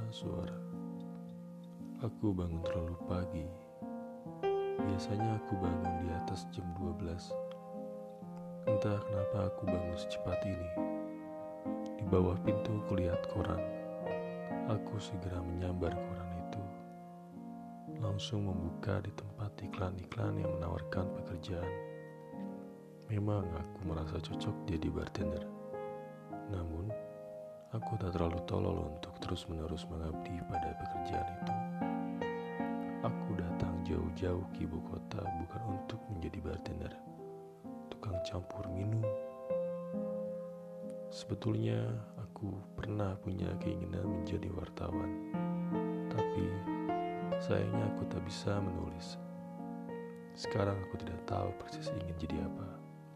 suara. Aku bangun terlalu pagi. Biasanya aku bangun di atas jam 12. Entah kenapa aku bangun secepat ini. Di bawah pintu kulihat koran. Aku segera menyambar koran itu. Langsung membuka di tempat iklan-iklan yang menawarkan pekerjaan. Memang aku merasa cocok jadi bartender. Namun, aku tak terlalu tolol untuk terus-menerus mengabdi pada pekerjaan itu. Aku datang jauh-jauh ke ibu kota bukan untuk menjadi bartender, tukang campur minum. Sebetulnya aku pernah punya keinginan menjadi wartawan, tapi sayangnya aku tak bisa menulis. Sekarang aku tidak tahu persis ingin jadi apa.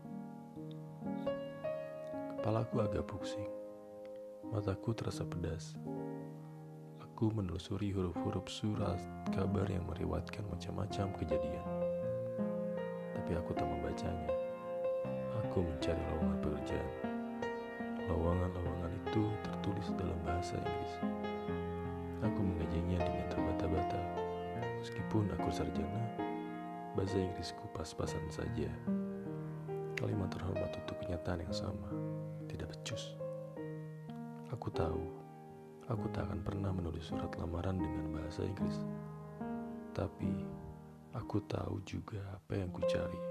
Kepalaku agak pusing. Mataku terasa pedas. Aku menelusuri huruf-huruf surat kabar yang meriwayatkan macam-macam kejadian. Tapi aku tak membacanya. Aku mencari lowongan pekerjaan. Lowongan-lowongan itu tertulis dalam bahasa Inggris. Aku mengajinya dengan terbata-bata. Meskipun aku sarjana, bahasa Inggrisku pas-pasan saja. Kalimat terhormat untuk kenyataan yang sama, tidak becus. Aku tahu, aku tak akan pernah menulis surat lamaran dengan bahasa Inggris. Tapi, aku tahu juga apa yang ku cari.